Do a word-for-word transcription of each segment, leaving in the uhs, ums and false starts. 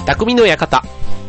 匠の館。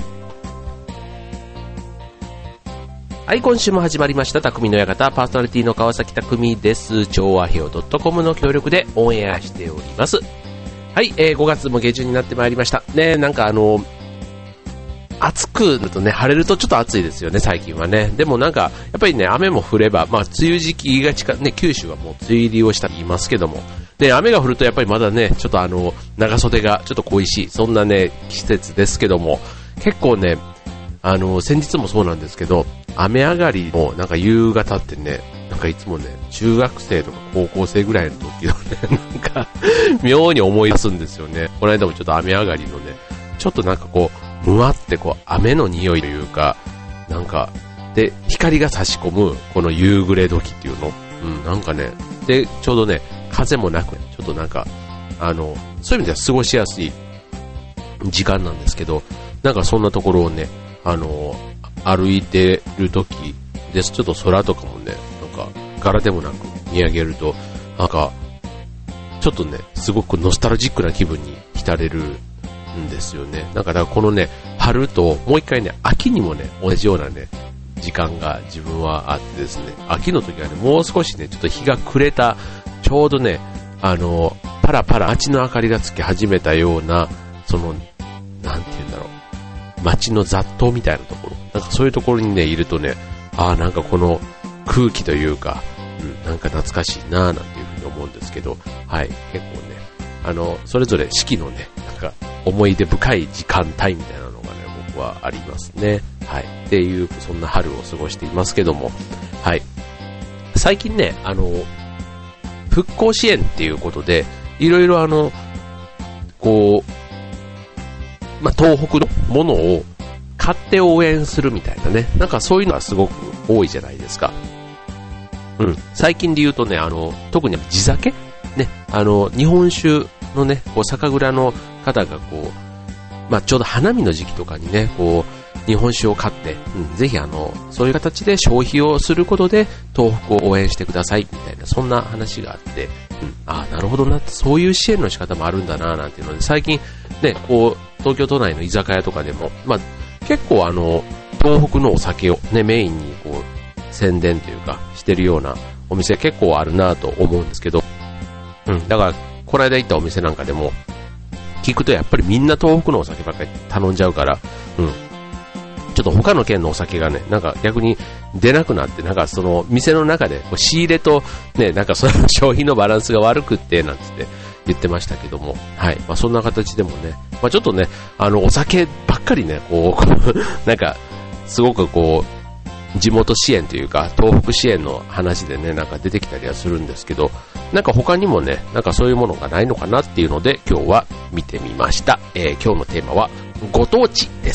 はい、今週も始まりました匠の館、パーソナリティの川崎匠です。調和表 .com の協力でオンエアしております。はい、えー、ごがつも下旬になってまいりましたね。なんかあの暑くなるとね、晴れるとちょっと暑いですよね、最近はね。でもなんかやっぱりね、雨も降れば、まあ梅雨時期が近いね、九州はもう梅雨入りをしたと言いますけどもね、雨が降るとやっぱりまだね、ちょっとあの長袖がちょっと恋しい、そんなね季節ですけども、結構ね、あの先日もそうなんですけど、雨上がりもなんか夕方ってね、なんかいつもね、中学生とか高校生ぐらいの時をね、なんか妙に思い出すんですよね。この間もちょっと雨上がりのね、ちょっとなんかこうむわってこう雨の匂いというか、なんかで光が差し込むこの夕暮れ時っていうの、うん、なんかね、でちょうどね、風もなく、ちょっとなんかあのそういう意味では過ごしやすい時間なんですけど、なんかそんなところをね、あの歩いてる時です。ちょっと空とかもね、なんか柄でもなく見上げると、なんかちょっとね、すごくノスタルジックな気分に浸れるんですよね。なんかだからこのね、春ともう一回ね、秋にもね、同じようなね時間が自分はあってですね、秋の時はね、もう少しね、ちょっと日が暮れた、ちょうどね、あのパラパラ街の明かりがつき始めたような、そのなんて言うんだろう、街の雑踏みたいなところ、なんかそういうところにねいるとね、ああ、なんかこの空気というか、うん、なんか懐かしいなーなんていうふうに思うんですけど、はい、結構ね、あのそれぞれ四季のね、なんか思い出深い時間帯みたいなのがね、僕はありますね。はい、っていうそんな春を過ごしていますけども、はい、最近ね、あの復興支援っていうことでいろいろあのこう、まあ、東北のものを買って応援するみたいなね、なんかそういうのはすごく多いじゃないですか。うん、最近で言うとね、あの特に地酒ね、あの日本酒のね、こう酒蔵の方がこう、まあ、ちょうど花見の時期とかにね、こう日本酒を買って、うん、ぜひあのそういう形で消費をすることで東北を応援してくださいみたいな、そんな話があって、うん、ああなるほどなって、そういう支援の仕方もあるんだななんていうので、最近ね、こう東京都内の居酒屋とかでも、まあ、結構あの東北のお酒をねメインにこう宣伝というかしてるようなお店結構あるなと思うんですけど、うん、だからこの間行ったお店なんかでも聞くと、やっぱりみんな東北のお酒ばっかり頼んじゃうから、うん、ちょっと他の県のお酒がね、なんか逆に出なくなって、なんかその店の中でこう仕入れとね、なんかその商品のバランスが悪くってなんつって言ってましたけども、はい、まあ、そんな形でもね、まあ、ちょっとね、あのお酒ばっかりね、こうなんかすごくこう地元支援というか東北支援の話でね、なんか出てきたりはするんですけど、なんか他にもね、なんかそういうものがないのかなっていうので今日は見てみました。えー、今日のテーマはご当地です。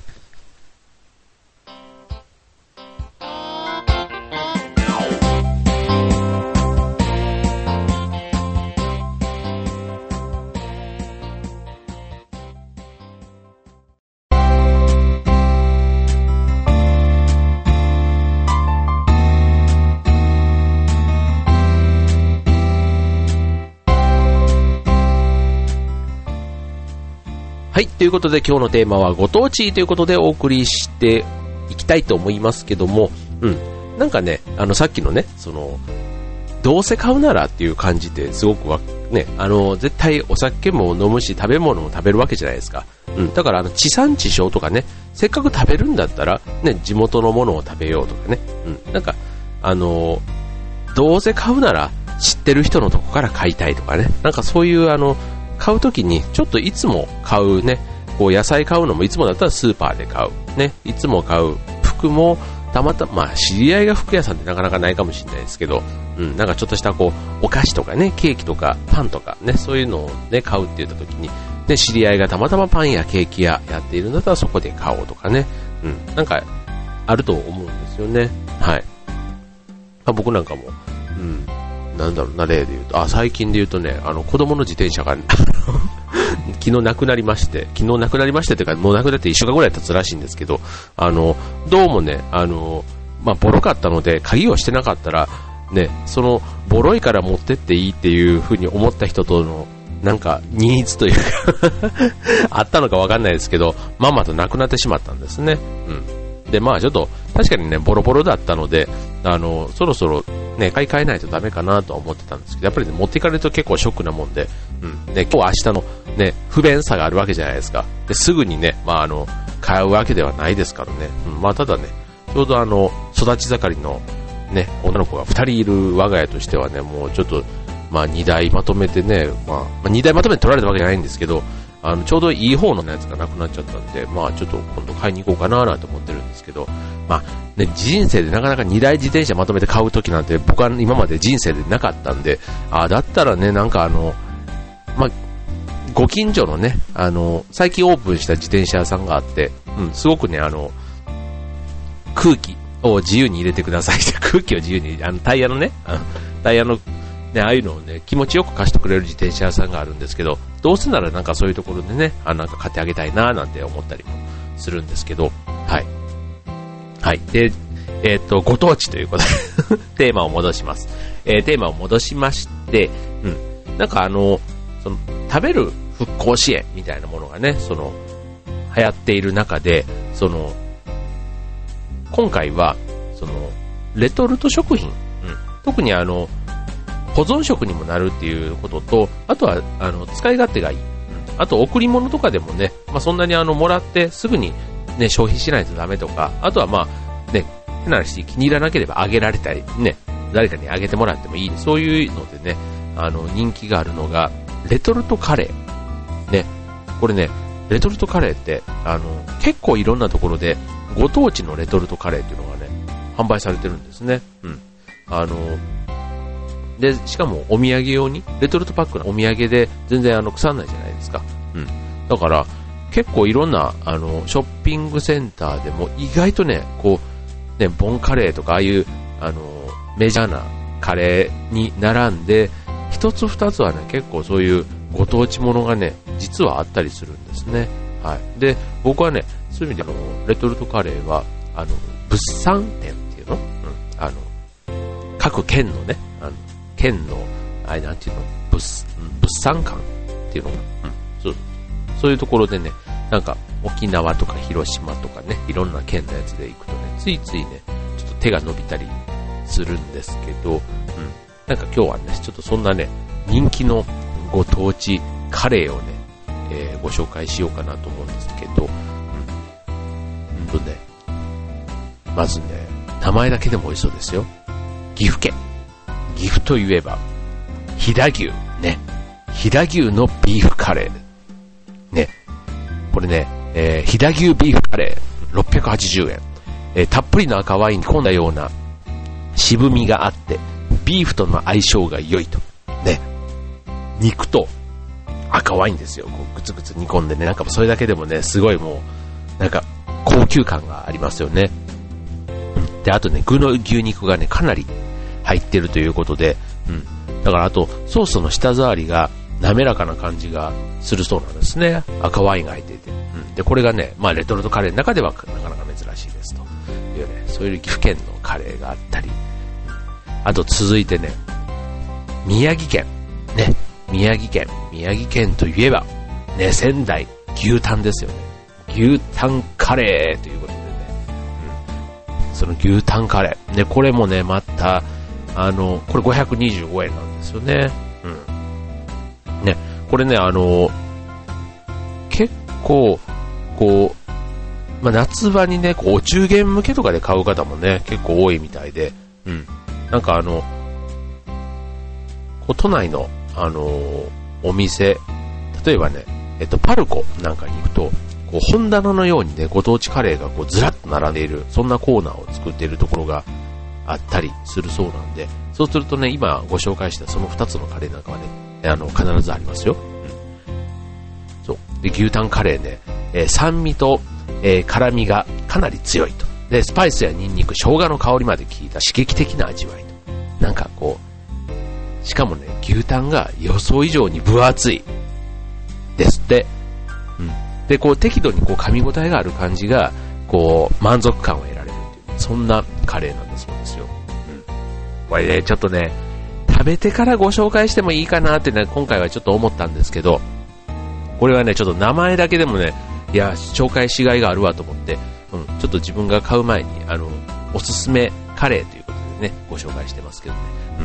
はい、ということで今日のテーマはご当地ということでお送りしていきたいと思いますけども、うん、なんかね、あのさっきのね、そのどうせ買うならっていう感じですごくわね、あの絶対お酒も飲むし食べ物も食べるわけじゃないですか。うん、だからあの地産地消とかね、せっかく食べるんだったらね、地元のものを食べようとかね、うん、なんかあのどうせ買うなら知ってる人のとこから買いたいとかね、なんかそういうあの買うときにちょっといつも買うね、こう野菜買うのもいつもだったらスーパーで買うね、いつも買う服もたまたま、まあ、知り合いが服屋さんってなかなかないかもしれないですけど、うん、なんかちょっとしたこうお菓子とかね、ケーキとかパンとかね、そういうのをね買うって言ったときに、ね、知り合いがたまたまパンやケーキ屋やっているんだったらそこで買おうとかね、うん、なんかあると思うんですよね。はい。まあ、僕なんかも、うん。なんだろうな、例で言うと、あ、最近で言うとね、あの子供の自転車が昨日亡くなりまして、昨日亡くなりましてというか、もう亡くなっていっしゅうかんぐらい経つらしいんですけど、あのどうもね、あのまあ、ボロかったので鍵をしてなかったらね、そのボロいから持ってっていいっていう風に思った人とのなんかニーズというかあったのかわかんないですけど、まんまとなくなってしまったんですね。うん。で、まあちょっと確かにねボロボロだったので、あのそろそろね買い替えないとダメかなとは思ってたんですけど、やっぱりね持っていかれると結構ショックなもんで、うん。で、今日明日のね不便さがあるわけじゃないですか。ですぐにねまああの買うわけではないですからね。うん、まあただねちょうどあの育ち盛りのね女の子がふたりいる我が家としてはね、もうちょっとまあにだいまとめてね、まあ、まあ、にだいまとめて取られたわけじゃないんですけど、あのちょうどいい方のやつがなくなっちゃったんで、まあちょっと今度買いに行こうかななんて思ってるんですけど、まあね、人生でなかなかにだい自転車まとめて買うときなんて僕は今まで人生でなかったんで、あだったらね、なんかあの、まあ、ご近所のね、あの、最近オープンした自転車屋さんがあって、うん、すごくね、あの、空気を自由に入れてくださいって、空気を自由に、あの、タイヤのね、タイヤのね、ああいうのをね、気持ちよく貸してくれる自転車屋さんがあるんですけど、どうせならなんかそういうところでね、あなんか買ってあげたいななんて思ったりもするんですけど、はい。はい。で、えっと、ご当地ということで、テーマを戻します。えー、テーマを戻しまして、うん。なんかあの、その、食べる復興支援みたいなものがね、その、流行っている中で、その、今回は、その、レトルト食品、うん。特にあの、保存食にもなるっていうことと、あとはあの使い勝手がいい、うん、あと贈り物とかでもね、まあ、そんなにあのもらってすぐに、ね、消費しないとダメとか、あとはまあね、変な話気に入らなければあげられたりね、誰かにあげてもらってもいい、そういうのでね、あの人気があるのがレトルトカレーね。これね、レトルトカレーってあの結構いろんなところでご当地のレトルトカレーっていうのがね販売されてるんですね。うん。あので、しかもお土産用に、レトルトパックのお土産で全然あの腐んないじゃないですか。うん。だから、結構いろんな、あの、ショッピングセンターでも意外とね、こう、ね、ボンカレーとか、ああいう、あの、メジャーなカレーに並んで、一つ二つはね、結構そういうご当地ものがね、実はあったりするんですね。はい。で、僕はね、そういう意味であの、レトルトカレーは、あの、物産展っていうの、うん、あの、各県のね、あの、県の、あれなんていうの、物、物産館っていうのが、うん、そう、そういうところでね、なんか沖縄とか広島とかね、いろんな県のやつで行くとね、ついついね、ちょっと手が伸びたりするんですけど、うん、なんか今日はね、ちょっとそんなね、人気のご当地カレーをね、えー、ご紹介しようかなと思うんですけど、うん、うんとね、まずね、名前だけでも美味しそうですよ。岐阜県。岐阜といえば、飛騨牛。ね。飛騨牛のビーフカレー。ね。これね、えー、飛騨牛ビーフカレー、ろっぴゃくはちじゅうえん。えー、たっぷりの赤ワインに込んだような渋みがあって、ビーフとの相性が良いと。ね。肉と赤ワインですよ。こうグツグツ煮込んでね、なんかそれだけでもね、すごいもう、なんか高級感がありますよね。で、あとね、具の牛肉がね、かなり入ってるということで、うん。だからあと、ソースの舌触りが滑らかな感じがするそうなんですね。赤ワインが入っていて。うん。で、これがね、まあ、レトルトカレーの中ではなかなか珍しいですというね、そういう岐阜県のカレーがあったり、うん、あと続いてね、宮城県。ね。宮城県。宮城県といえば、ね、仙台牛タンですよね。牛タンカレーということでね、うん。その牛タンカレー。ね、これもね、また、あの、これごひゃくにじゅうごえんなんですよね。うん。ね、これね、あの、結構、こう、まあ、夏場にね、こうお中元向けとかで買う方もね、結構多いみたいで、うん。なんかあの、こう都内の、あのー、お店、例えばね、えっと、パルコなんかに行くと、こう本棚のようにね、ご当地カレーがこうずらっと並んでいる、そんなコーナーを作っているところがあったりするそうなんで、そうするとね、今ご紹介したそのふたつのカレーなんかはね、あの、必ずありますよ。うん、そう。で、牛タンカレーね、えー、酸味と、えー、辛味がかなり強いと。で、スパイスやニンニク、生姜の香りまで効いた刺激的な味わいと。なんかこう、しかもね、牛タンが予想以上に分厚いですって。うん。で、こう適度にこう噛み応えがある感じが、こう満足感を得られるっていう、そんなカレーなんだそうですよ。うん。これね、ちょっとね、 食べてからご紹介してもいいかなってね、今回はちょっと思ったんですけど、これはね、ちょっと名前だけでもね、いや、紹介しがいがあるわと思って、うん、ちょっと自分が買う前に、あの、おすすめカレーということでね、ご紹介してますけどね。うん。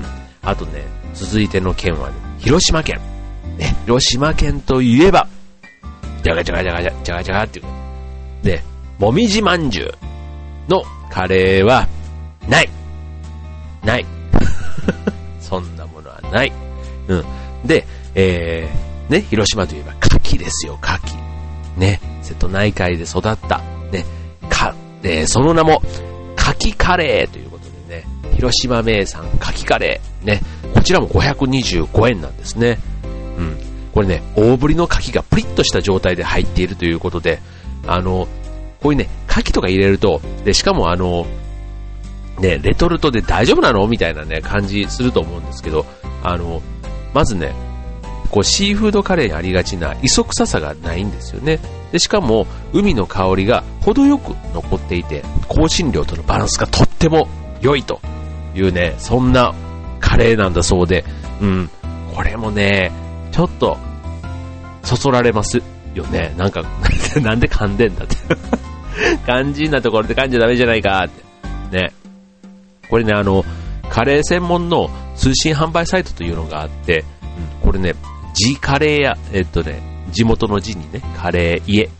あとね、続いての県はね、広島県。ね、広島県といえば、じゃがじゃがじゃがじゃがじゃがじゃがっていうね、もみじまんじゅうのカレーは、ない。ない。そんなものはない。うん。で、えー、ね、広島といえば牡蠣ですよ、牡蠣。ね、瀬戸内海で育った、ね、か、えー、その名も、牡蠣カレーということでね、広島名産牡蠣カレー、ね、こちらもごひゃくにじゅうごえんなんですね。うん。これね、大ぶりの牡蠣がプリッとした状態で入っているということで、あの、こういうね、牡蠣とか入れると、で、しかもあの、ね、レトルトで大丈夫なのみたいなね、感じすると思うんですけど、あの、まずね、こう、シーフードカレーにありがちな磯臭さがないんですよね。で、しかも、海の香りが程よく残っていて、香辛料とのバランスがとっても良いというね、そんなカレーなんだそうで、うん、これもね、ちょっと、そそられますよね。なんか、なんで噛んでんだって。肝心なところで噛んじゃダメじゃないかって。ね。これね、あの、カレー専門の通信販売サイトというのがあって、うん、これね、G カレー屋、えっとね、地元の字にね、カレー家、うん、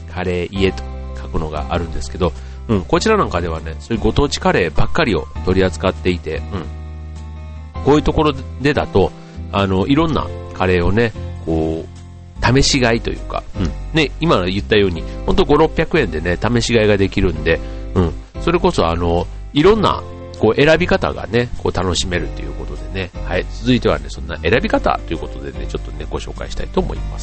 カレー家と書くのがあるんですけど、うん、こちらなんかではね、そういうご当地カレーばっかりを取り扱っていて、うん、こういうところでだと、あの、いろんなカレーをね、こう、試し買いというか、うん、ね、今言ったように、ほんとごひゃく、ろっぴゃくえんでね、試し買いができるんで、うん、それこそあの、いろんな、こう選び方がね、こう楽しめるということでね、はい、続いてはね、そんな選び方ということでね、ちょっとね、ご紹介したいと思います。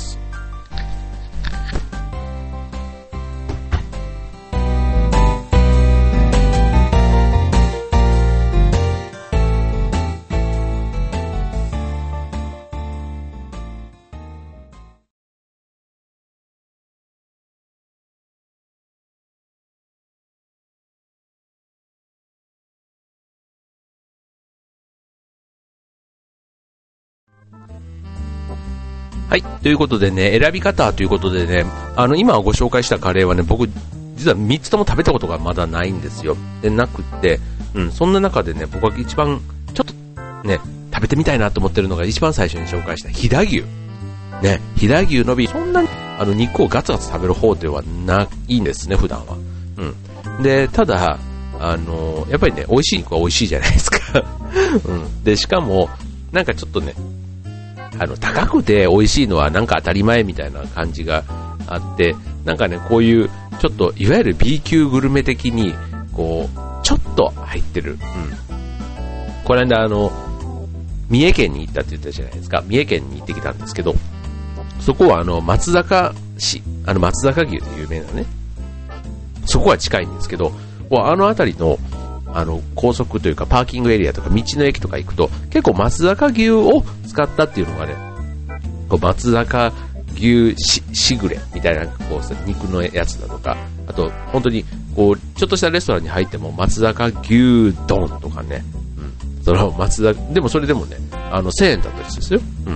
はい。ということでね、選び方ということでね、あの、今ご紹介したカレーはね、僕、実はみっつとも食べたことがまだないんですよ。で、なくって、うん、そんな中でね、僕が一番、ちょっと、ね、食べてみたいなと思ってるのが一番最初に紹介した飛騨牛。ね、飛騨牛のび、そんなに、あの、肉をガツガツ食べる方ではないんですね、普段は。うん。で、ただ、あの、やっぱりね、美味しい肉は美味しいじゃないですか。うん。で、しかも、なんかちょっとね、あの、高くて美味しいのはなんか当たり前みたいな感じがあって、なんかね、こういう、ちょっと、いわゆる B 級グルメ的に、こう、ちょっと入ってる。うん。これであの、三重県に行ったって言ったじゃないですか。三重県に行ってきたんですけど、そこはあの、松坂市、あの、松坂牛で有名なね、そこは近いんですけど、あの辺りの、あの、高速というかパーキングエリアとか道の駅とか行くと、結構松坂牛を使ったっていうのがね、こう松坂牛し、しぐれみたいな、こう、肉のやつだとか、あと、本当に、こう、ちょっとしたレストランに入っても松坂牛丼とかね、うん。その松坂、でもそれでもね、あの、せんえんだったりですよ。うん。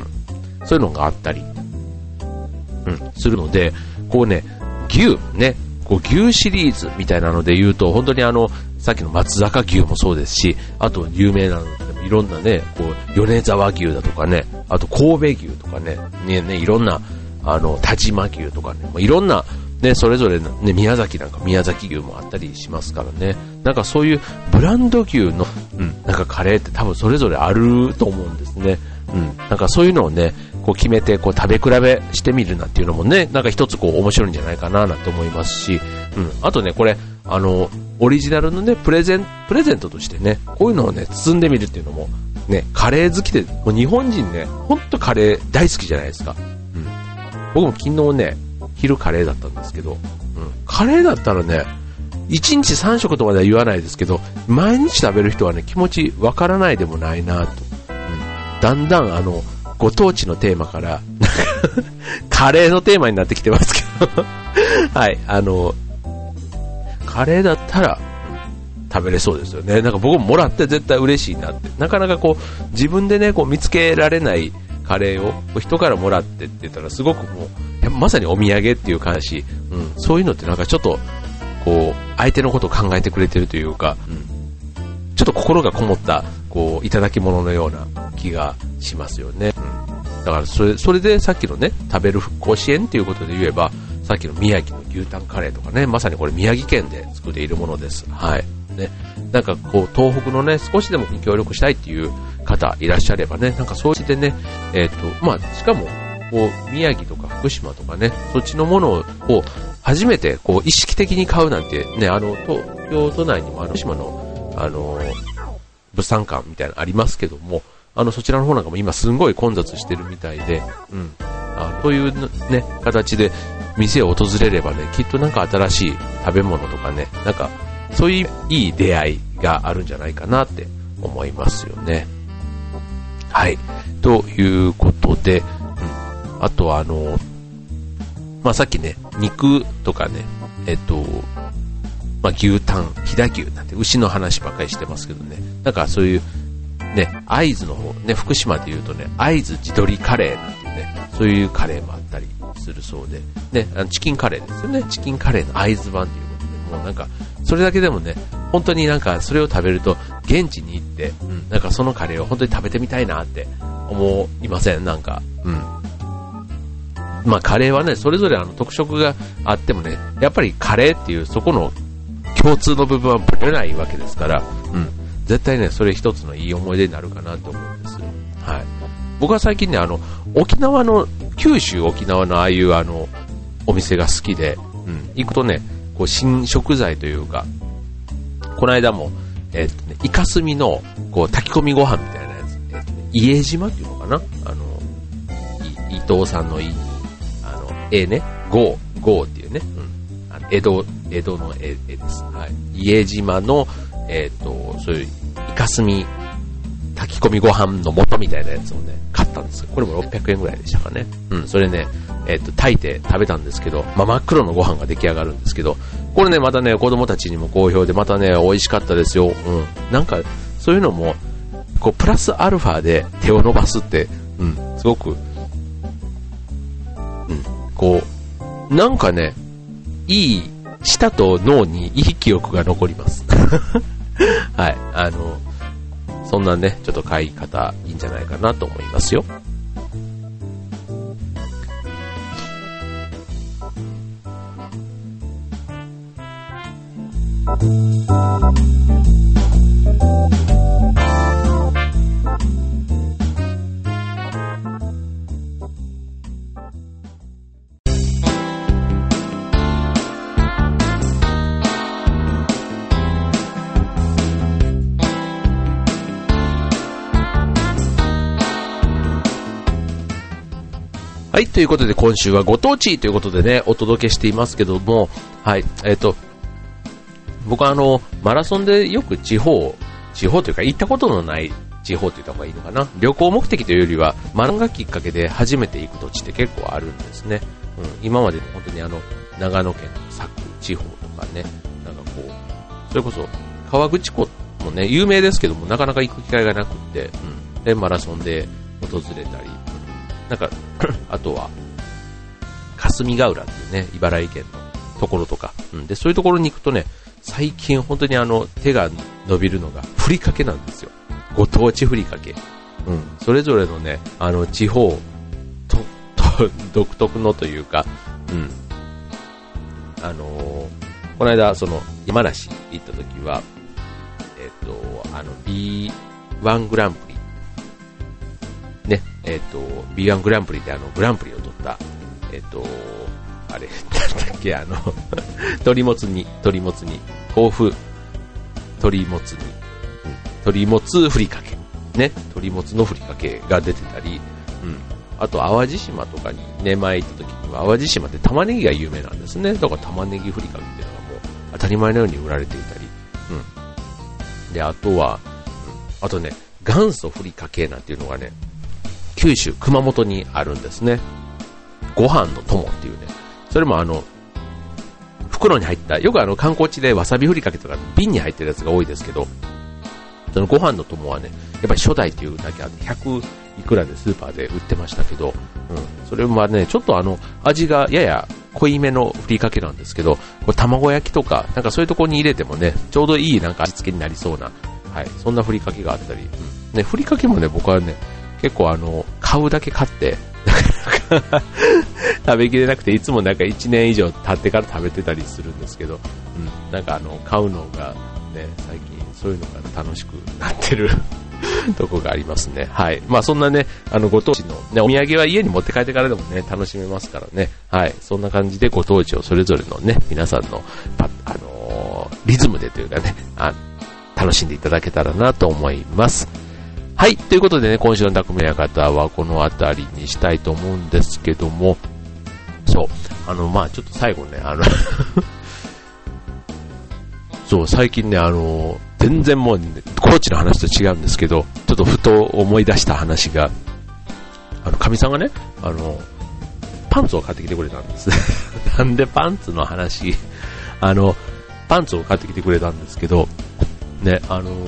そういうのがあったり、うん、するので、こうね、牛、ね、こう牛シリーズみたいなので言うと、本当にあの、さっきの松坂牛もそうですし、あと有名なのでもいろんなね、こう、米沢牛だとかね、あと神戸牛とかね、ね、ね、いろんな、あの、田島牛とかね、もういろんな、ね、それぞれね、宮崎なんか宮崎牛もあったりしますからね、なんかそういうブランド牛の、うん、なんかカレーって多分それぞれあると思うんですね。うん、なんかそういうのをね、こう決めてこう食べ比べしてみるなんていうのもね、なんか一つこう面白いんじゃないかななんて思いますし、うん、あとね、これ、あの、オリジナルのね、プレゼン、プレゼントとしてね、こういうのをね、包んでみるっていうのも、ね、カレー好きで、もう日本人ね、ほんとカレー大好きじゃないですか。うん。僕も昨日ね、昼カレーだったんですけど、うん。カレーだったらね、いちにちさん食とまでは言わないですけど、毎日食べる人はね、気持ちわからないでもないなと。うん。だんだんあの、ご当地のテーマから、カレーのテーマになってきてますけど、はい、あの、カレーだったら、 食べれそうですよね。なんか僕ももらって絶対嬉しいなって。なかなかこう、自分でね、こう見つけられないカレーを人からもらってって言ったらすごくもう、まさにお土産っていう感じ、うん、そういうのってなんかちょっと、こう、相手のことを考えてくれてるというか、うん、ちょっと心がこもった、こう、いただき物のような気がしますよね。うん、だからそれ、それでさっきのね、食べる復興支援っていうことで言えば、さっきの宮城の牛タンカレーとかね、まさにこれ宮城県で作っているものです。はい。ね。なんかこう、東北のね、少しでも協力したいっていう方いらっしゃればね、なんかそうしてね、えっと、まあ、しかも、こう、宮城とか福島とかね、そっちのものを、初めてこう意識的に買うなんてね、あの東京都内にもあの福島のあの物産館みたいなのありますけども、あのそちらの方なんかも今すんごい混雑してるみたいで、うん、あというね形で店を訪れればね、きっとなんか新しい食べ物とかね、なんかそういういい出会いがあるんじゃないかなって思いますよね。はい、ということで、うん、あとはあのまあ、さっきね、肉とかね、えっと、まあ、牛タン、飛騨牛なんて牛の話ばっかりしてますけどね、なんかそういうね、会津の方、ね、福島で言うとね、会津地鶏カレーなんていうね、そういうカレーもあったりするそうで、ね、あのチキンカレーですよね、チキンカレーの会津版ということで、もうなんか、それだけでもね、本当になんかそれを食べると、現地に行って、うん、なんかそのカレーを本当に食べてみたいなって思いません？なんか、うん。まあカレーはね、それぞれあの特色があってもね、やっぱりカレーっていうそこの共通の部分はぶれないわけですから、うん、絶対ね、それ一つのいい思い出になるかなと思うんです。はい。僕は最近ね、あの、沖縄の、九州沖縄のああいうあの、お店が好きで、うん、行くとね、こう新食材というか、この間も、えーっとね、イカスミの、こう炊き込みご飯みたいなやつ、えーっとね、家島っていうのかな、あの、伊藤さんのいえね、ゴー、ゴーっていうね、うん、あの江戸、江戸の絵です。はい。家島の、えっと、そういう、イカスミ、炊き込みご飯の素みたいなやつをね、買ったんですよ。これもろっぴゃくえんぐらいでしたかね。うん、それね、えっと、炊いて食べたんですけど、まあ、真っ黒のご飯が出来上がるんですけど、これね、またね、子供たちにも好評で、またね、美味しかったですよ。うん。なんか、そういうのも、こう、プラスアルファで手を伸ばすって、うん、すごく、うん。こう、なんかね、いい、舌と脳にいい記憶が残ります。はい。あの、そんなね、ちょっと買い方いいんじゃないかなと思いますよ。はい、ということで今週はご当地ということでね、お届けしていますけども、はい、えっと、僕はあの、マラソンでよく地方、地方というか行ったことのない地方と言った方がいいのかな。旅行目的というよりは、マラソンがきっかけで初めて行く土地って結構あるんですね。うん、今まで本当にあの、長野県の佐久地方とかね、なんかこう、それこそ河口湖もね、有名ですけども、なかなか行く機会がなくって、うん、で、マラソンで訪れたり、なんか、あとは、霞ヶ浦っていうね、茨城県のところとか、うん、で、そういうところに行くとね、最近本当にあの、手が伸びるのが、ふりかけなんですよ。ご当地ふりかけ。うん、それぞれのね、あの、地方、と、と、独特のというか、うん、あのー、この間、その、山梨行った時は、えっと、あの、ビーワン グランプリ、ね、えっと、ビーワン グランプリであの、グランプリを取った、えっと、あれ、なんだっけ、あの、鳥もつ煮、鳥もつ煮、甲府、鳥もつ煮、うん、鳥もつふりかけ、ね、鳥もつのふりかけが出てたり、うん、あと、淡路島とかにね、前行った時には、淡路島って玉ねぎが有名なんですね。だから玉ねぎふりかけっていうのがもう、当たり前のように売られていたり、うん。で、あとは、うん、あとね、元祖ふりかけなんていうのがね、九州、熊本にあるんですね。ご飯の友っていうね。それもあの、 袋に入った、よくあの観光地でわさびふりかけとか瓶に入ってるやつが多いですけど、そのご飯の友はね、やっぱり初代っていうだけあってひゃくいくらでスーパーで売ってましたけど、うん、それはね、ちょっとあの味がやや濃いめのふりかけなんですけど、これ卵焼きとかなんかそういうところに入れてもね、ちょうどいいなんか味付けになりそうな、はい、そんなふりかけがあったり、うん、ね、ふりかけもね、僕はね、結構あの買うだけ買って食べきれなくて、いつもなんかいちねん以上経ってから食べてたりするんですけど、うん、なんかあの買うのがね、最近そういうのが楽しくなってるとこがありますね。はい。まあそんなね、あのご当地の、ね、お土産は家に持って帰ってからでもね、楽しめますからね。はい。そんな感じでご当地をそれぞれのね、皆さんの、あのー、リズムでというかね、あ、楽しんでいただけたらなと思います。はい。ということでね、今週の匠の館はこのあたりにしたいと思うんですけども、そう。あの、まあちょっと最後ね、あの、そう、最近ね、あの、全然もう、ね、高知の話と違うんですけど、ちょっとふと思い出した話が、あの、かみさんがね、あの、パンツを買ってきてくれたんです。なんでパンツの話、あの、パンツを買ってきてくれたんですけど、ね、あの、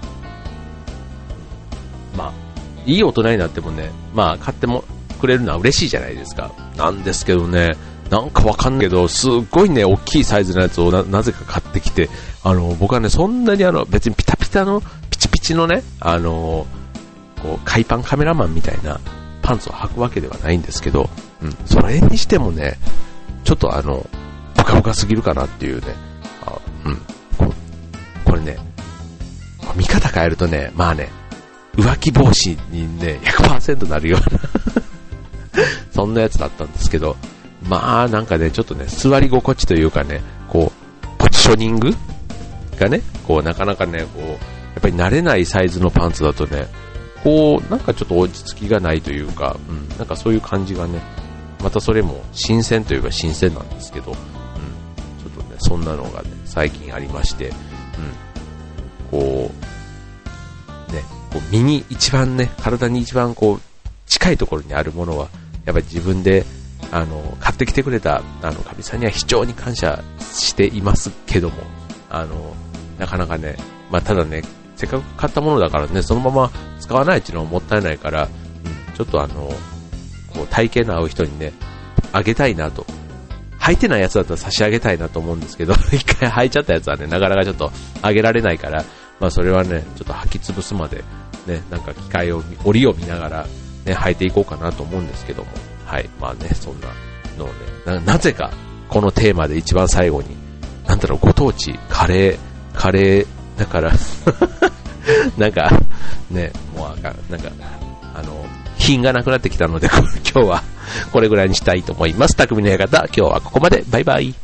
まあ、いい大人になってもね、まあ、買ってもくれるのは嬉しいじゃないですか。なんですけどね、なんかわかんないけど、すっごいね、大きいサイズのやつを な, なぜか買ってきて、あの、僕はね、そんなにあの、別にピタピタの、ピチピチのね、あの、こう、海パンカメラマンみたいなパンツを履くわけではないんですけど、うん、それにしてもね、ちょっとあの、ブカブカすぎるかなっていうね、あ、うん、こ, これね、見方変えるとね、まあね、浮気防止にね、ひゃくパーセント なるような、そんなやつだったんですけど、まあなんかね、ちょっとね、座り心地というかね、こう、ポジショニングがね、こう、なかなかね、こう、やっぱり慣れないサイズのパンツだとね、こう、なんかちょっと落ち着きがないというか、うん、なんかそういう感じがね、またそれも新鮮というか新鮮なんですけど、うん、ちょっとね、そんなのがね、最近ありまして、うん、こう、ね、こう身に一番ね、体に一番こう、近いところにあるものは、やっぱり自分で、あの、買ってきてくれた、あの、かみさんには非常に感謝していますけども、あの、なかなかね、まあ、ただね、せっかく買ったものだからね、そのまま使わないっていうのはもったいないから、うん、ちょっとあの、こう、体型の合う人にね、あげたいなと。履いてないやつだったら差し上げたいなと思うんですけど、一回履いちゃったやつはね、なかなかちょっとあげられないから、まあ、それはね、ちょっと履き潰すまで、ね、なんか機械を、折を見ながら、ね、履いていこうかなと思うんですけども、はい、まあね、そんなのをね、な、なぜか、このテーマで一番最後に、なんだろう、ご当地、カレー、カレー、だから、なんか、ね、もうあかん、なんか、あの、品がなくなってきたので、今日はこれぐらいにしたいと思います。匠の館、今日はここまで。バイバイ。